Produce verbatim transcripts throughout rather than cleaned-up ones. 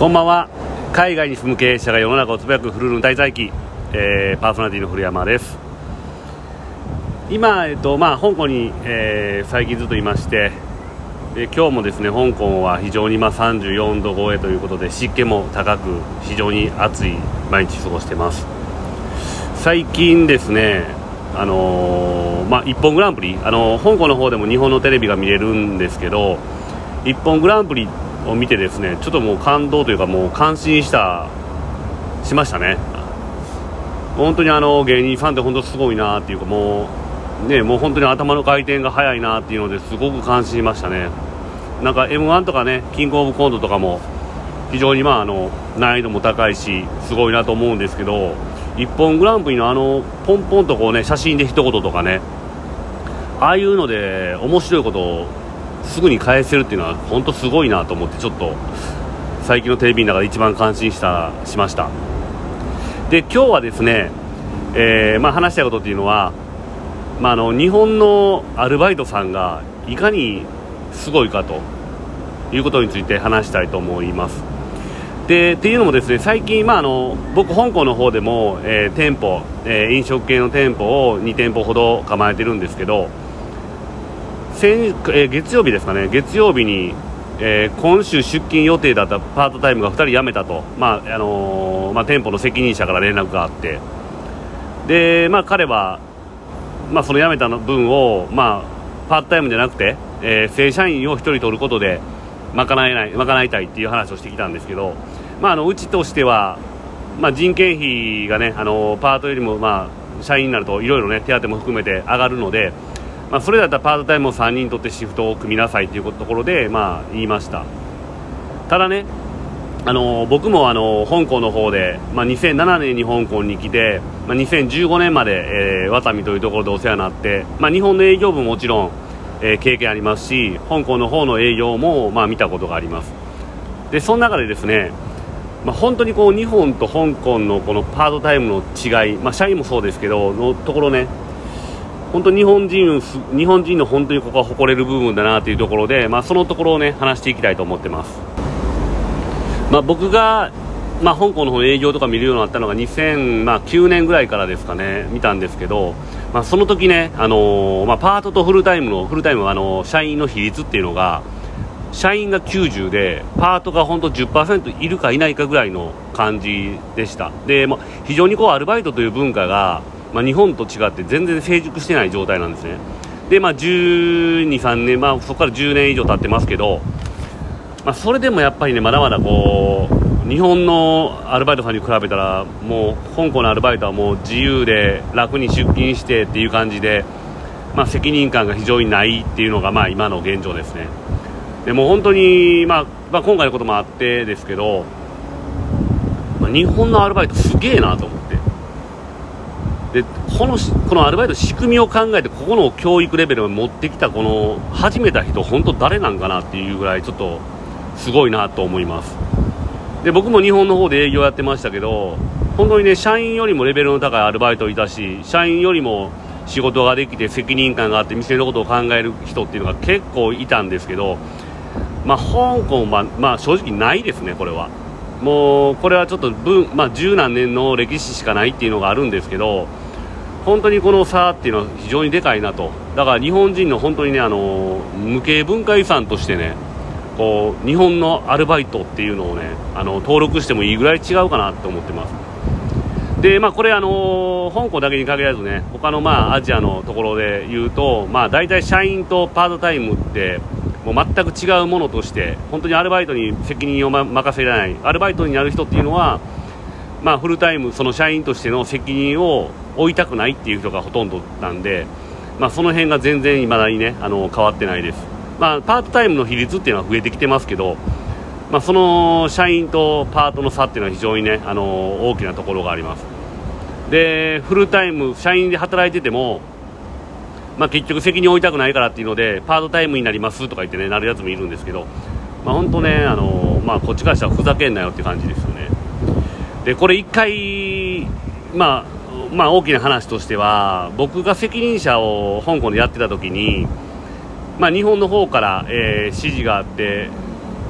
こんばんは。海外に住む経営者が世の中をつぶやくフルルン滞在記、えー、パーソナリティの古山です。今、えっとまあ、香港に、えー、最近ずっといまして、で今日もですね香港は非常に、まあ、さんじゅうよんど超えということで湿気も高く非常に暑い毎日過ごしてます。最近ですねあのーまあ、一本グランプリ、あのー、香港の方でも日本のテレビが見れるんですけど、一本グランプリを見てですねちょっともう感動というかもう感心したしましたね。本当にあの芸人さんって本当すごいなっていうか、もうねもう本当に頭の回転が速いなっていうのですごく感心しましたね。なんか エムワン とかねキングオブコントとかも非常にまああの難易度も高いしすごいなと思うんですけど、一本グランプリのあのポンポンとこうね写真で一言とかね、ああいうので面白いことをすぐに返せるっていうのは本当すごいなと思って、ちょっと最近のテレビの中で一番感心したしました。で今日はですね、えーまあ、話したいことっていうのは、まあ、あの日本のアルバイトさんがいかにすごいかということについて話したいと思います。でっていうのもですね最近、まあ、あの僕香港の方でも、えー、店舗、えー、飲食系の店舗をに店舗ほど構えてるんですけど、先、えー、月曜日ですかね月曜日に、えー、今週出勤予定だったパートタイムがふたり辞めたと、まああのーまあ、店舗の責任者から連絡があって、で、まあ、彼は、まあ、その辞めたの分を、まあ、パートタイムじゃなくて、えー、正社員をひとり取ることで賄えない賄いたいっていう話をしてきたんですけど、まあ、あのうちとしては、まあ、人件費がねあのパートよりも、まあ、社員になるといろいろね手当も含めて上がるので、まあ、それだったらパートタイムをさんにん取ってシフトを組みなさいというところで、まあ、言いました。ただねあの僕もあの香港の方で、まあ、にせんななねんに香港に来て、まあ、にせんじゅうごねんまで、えー、ワタミというところでお世話になって、まあ、日本の営業部ももちろん、えー、経験ありますし、香港の方の営業も、まあ、見たことがあります。でその中でですね、まあ、本当にこう日本と香港のこのパートタイムの違い、まあ、社員もそうですけどのところね、本当に日本人日本人の本当にここは誇れる部分だなというところで、まあ、そのところをね話していきたいと思ってます。まあ、僕が、まあ、香港の方営業とか見るようになったのがにせんきゅうねんぐらいからですかね見たんですけど、まあ、その時ね、あのーまあ、パートとフルタイムのフルタイムはあのー、社員の比率っていうのが社員がきゅうじゅうでパートが本当 じゅっパーセント いるかいないかぐらいの感じでした。で、まあ、非常にこうアルバイトという文化が、まあ、日本と違って全然成熟してない状態なんですね。で、まあ、じゅうに、さんねん、まあ、そこからじゅうねん以上経ってますけど、まあ、それでもやっぱりねまだまだこう日本のアルバイトさんに比べたらもう香港のアルバイトはもう自由で楽に出勤してっていう感じで、まあ、責任感が非常にないっていうのがまあ今の現状ですね。でも本当に、まあまあ、今回のこともあってですけど、まあ、日本のアルバイトすげえなと思って、でこのこのアルバイト仕組みを考えてここの教育レベルを持ってきたこの始めた人本当誰なんかなっていうぐらいちょっとすごいなと思います。で僕も日本の方で営業やってましたけど、本当にね社員よりもレベルの高いアルバイトいたし、社員よりも仕事ができて責任感があって店のことを考える人っていうのが結構いたんですけど、まあ香港は、まあ、正直ないですね。これはもうこれはちょっと分、まあ、十何年の歴史しかないっていうのがあるんですけど、本当にこの差っていうのは非常にでかいなと。だから日本人の本当にねあの無形文化遺産としてねこう日本のアルバイトっていうのをねあの登録してもいいぐらい違うかなと思ってます。で、まあ、これあの香港だけに限らずね他のまあアジアのところで言うと、まあ、大体社員とパートタイムってもう全く違うものとして本当にアルバイトに責任を、ま、任せられないアルバイトになる人っていうのは、まあ、フルタイムその社員としての責任を負いたくないっていう人がほとんどなんで、まあ、その辺が全然未だにねあの変わってないです。まあ、パートタイムの比率っていうのは増えてきてますけど、まあ、その社員とパートの差っていうのは非常にねあの大きなところがあります。でフルタイム社員で働いてても、まあ、結局責任を負いたくないからっていうのでパートタイムになりますとか言ってねなるやつもいるんですけど、まあ、本当ねあの、まあ、こっちからしたらふざけんなよっていう感じですよね。でこれ一回、まあまあ、大きな話としては僕が責任者を香港でやってた時に、まあ、日本の方から、えー、指示があって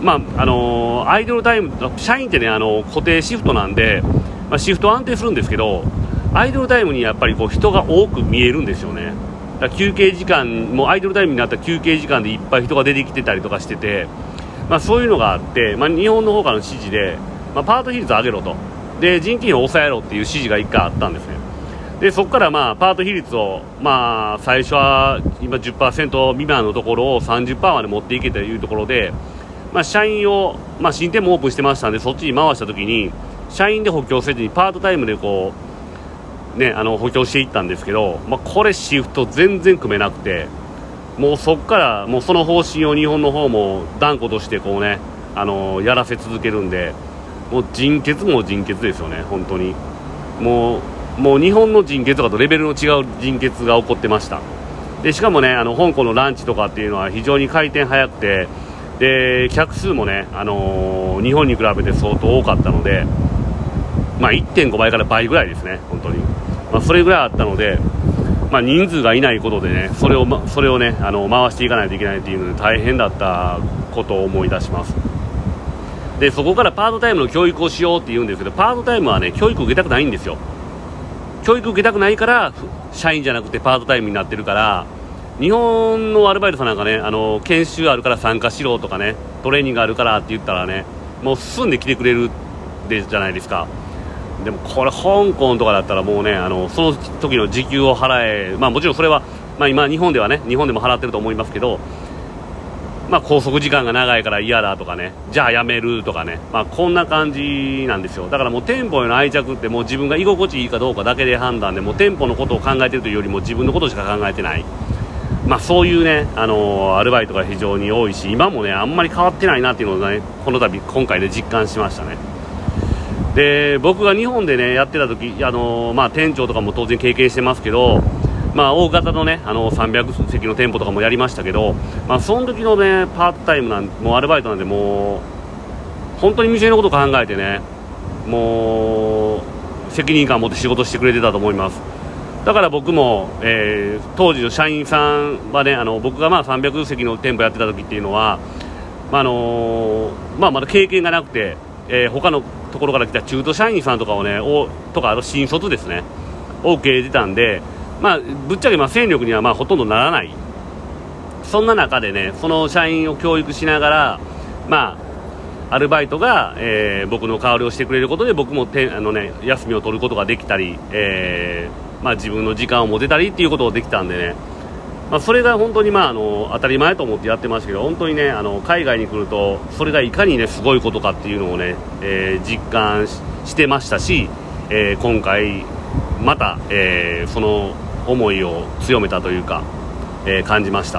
まああのー、アイドルタイム、社員ってね、あの固定シフトなんで、まあ、シフト安定するんですけど、アイドルタイムにやっぱりこう人が多く見えるんですよね。だから休憩時間もアイドルタイムになったら休憩時間でいっぱい人が出てきてたりとかしてて、まあ、そういうのがあって、まあ、日本の方からの指示で、まあ、パート比率を上げろと、で人件費を抑えろっていう指示がいっかいあったんですね。でそこからまあパート比率を、まあ、最初は今 じゅっパーセント 未満のところを さんじゅっパーセント まで持っていけというところで、まあ、社員を、まあ、新店もオープンしてましたんで、そっちに回したときに社員で補強せずにパートタイムでこう、ね、あの補強していったんですけど、まあ、これシフト全然組めなくて、もうそこからもうその方針を日本の方も断固としてこう、ね、あのやらせ続けるんで、もう人欠も人欠ですよね。本当にもうもう日本の人欠とかとレベルの違う人欠が起こってました。でしかもね、あの香港のランチとかっていうのは非常に回転早くて、で客数もね、あのー、日本に比べて相当多かったので、まあ、いってんごばいから倍ぐらいですね。本当に、まあ、それぐらいあったので、まあ、人数がいないことでね、それを、ま、それをね、あの回していかないといけないっていうので大変だったことを思い出します。でそこからパートタイムの教育をしようって言うんですけど、パートタイムはね、教育受けたくないんですよ。教育受けたくないから社員じゃなくてパートタイムになってるから、日本のアルバイトさんなんかね、あの研修あるから参加しろとかね、トレーニングあるからって言ったらね、もう進んで来てくれるでじゃないですか。でもこれ香港とかだったらもうね、あのその時の時給を払え、まあ、もちろんそれは、まあ、今日本ではね、日本でも払ってると思いますけど、まあ、拘束時間が長いから嫌だとかね、じゃあ辞めるとかね、まあ、こんな感じなんですよ。だからもう店舗への愛着ってもう自分が居心地いいかどうかだけで判断で、もう店舗のことを考えているというよりも自分のことしか考えてない、まあ、そういうね、あのー、アルバイトが非常に多いし、今もねあんまり変わってないなっていうのをね、この度今回で実感しましたね。で僕が日本でねやってた時、あのーまあ、店長とかも当然経験してますけど、まあ、大型のね、あのさんびゃくせきの店舗とかもやりましたけど、まあ、その時のねパートタイムなんもうアルバイトなんで、もう本当に店のことを考えてね、もう責任感を持って仕事してくれてたと思います。だから僕も、えー、当時の社員さんはね、あの僕がまあさんびゃくせきの店舗やってた時っていうのは、まああのーまあ、まだ経験がなくて、えー、他のところから来た中途社員さんとかをね、おとかあと新卒ですねを受け入れてたんで、まあ、ぶっちゃけまあ戦力にはまあほとんどならない。そんな中でね、その社員を教育しながら、まあ、アルバイトが、えー、僕の代わりをしてくれることで、僕もてあの、ね、休みを取ることができたり、えーまあ、自分の時間を持てたりっていうことができたんでね、まあ、それが本当に、まあ、あの当たり前と思ってやってましたけど、本当にね、あの海外に来るとそれがいかにねすごいことかっていうのをね、えー、実感 し, してましたし、えー、今回また、えー、その思いを強めたというか、えー、感じました。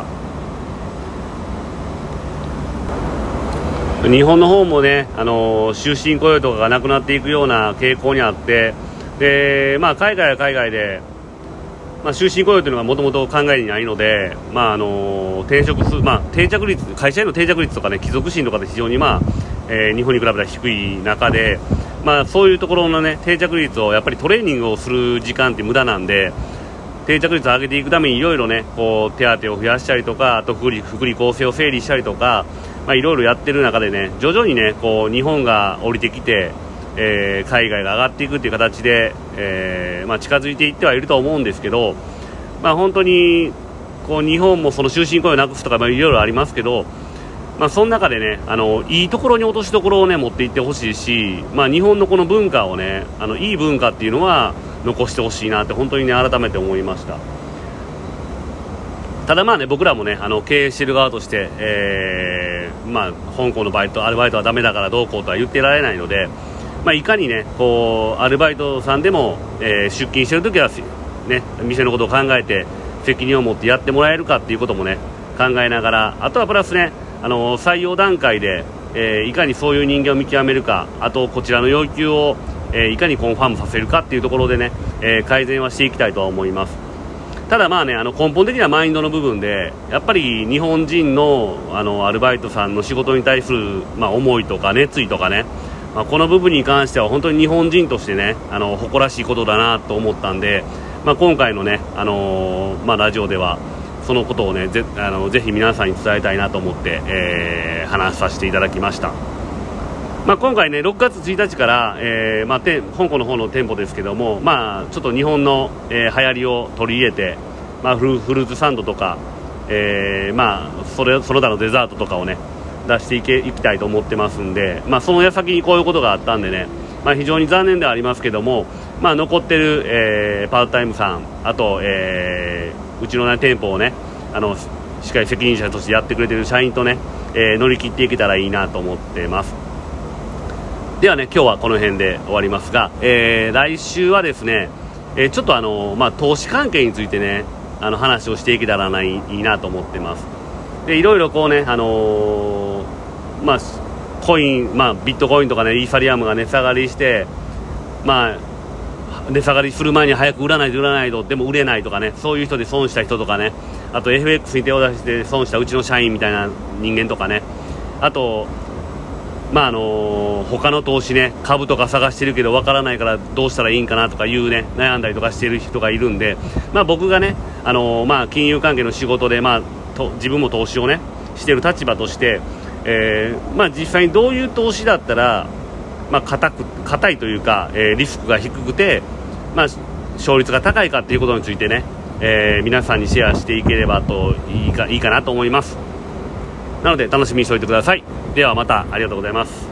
日本の方もね、あの終身雇用とかがなくなっていくような傾向にあって、で、まあ、海外は海外で、まあ、終身雇用というのがもともと考えにないので、まああの転職す、まあ、定着率、会社への定着率とかね、帰属心とかで非常に、まあえー、日本に比べたら低い中で、まあ、そういうところの、ね、定着率をやっぱりトレーニングをする時間って無駄なんで、定着率を上げていくためにいろいろね、こう手当を増やしたりとか、あと福利、福利厚生を整理したりとか、まあ、いろいろやってる中でね、徐々にね、こう日本が降りてきて、えー、海外が上がっていくという形で、えーまあ、近づいていってはいると思うんですけど、まあ、本当にこう日本もその終身雇用をなくすとか、まあ、いろいろありますけど、まあ、その中でね、あのいいところに落としどころを、ね、持っていってほしいし、まあ、日本のこの文化をね、あのいい文化っていうのは残してほしいなって本当にね改めて思いました。ただまあね、僕らもね、あの経営している側として、えーまあ、香港のバイトアルバイトはダメだからどうこうとは言ってられないので、まあ、いかにねこうアルバイトさんでも、えー、出勤しているときは、ね、店のことを考えて責任を持ってやってもらえるかっていうこともね考えながら、あとはプラスね、あの採用段階で、えー、いかにそういう人間を見極めるか、あとこちらの要求を、えー、いかにコンファームさせるかっていうところでね、えー、改善はしていきたいとは思います。ただまあね、あの根本的なマインドの部分でやっぱり日本人 の, あのアルバイトさんの仕事に対する、まあ、思いとか熱意とかね、まあ、この部分に関しては本当に日本人としてね、あの誇らしいことだなと思ったんで、まあ、今回のね、あのーまあ、ラジオではそのことをね ぜ, あのぜひ皆さんに伝えたいなと思って、えー、話させていただきました。まあ、今回ねろくがつついたちから、えーまあ、て香港の方の店舗ですけども、まあ、ちょっと日本の、えー、流行りを取り入れて、まあ、フル、フルーツサンドとか、えーまあ、それその他のデザートとかをね出していけいきたいと思ってますんで、まあ、その矢先にこういうことがあったんでね、まあ、非常に残念ではありますけども、まあ、残ってる、えー、パートタイムさん、あと、えー、うちの、ね、店舗をねあのしっかり責任者としてやってくれてる社員とね、えー、乗り切っていけたらいいなと思ってます。ではね今日はこの辺で終わりますが、えー、来週はですね、えー、ちょっとあの、まあ、投資関係についてねあの話をしていけたらないいいなと思ってます。でいろいろこうね、あのーまあ、コイン、まあ、ビットコインとかねイーサリアムが値下がりして、まあ、値下がりする前に早く売らないと売らないとでも売れないとかね、そういう人で損した人とかね、あと エフエックス に手を出して損したうちの社員みたいな人間とかね、あとまああのー、他の投資ね株とか探してるけどわからないからどうしたらいいんかなとかいうね悩んだりとかしている人がいるんで、まあ、僕がね、あのーまあ、金融関係の仕事で、まあ、と自分も投資をねしている立場として、えーまあ、実際にどういう投資だったら、まあ、硬く硬いというか、えー、リスクが低くて、まあ、勝率が高いかっていうことについてね、えー、皆さんにシェアしていければといいか、いいかなと思います。なので楽しみにしておいてください。ではまたありがとうございます。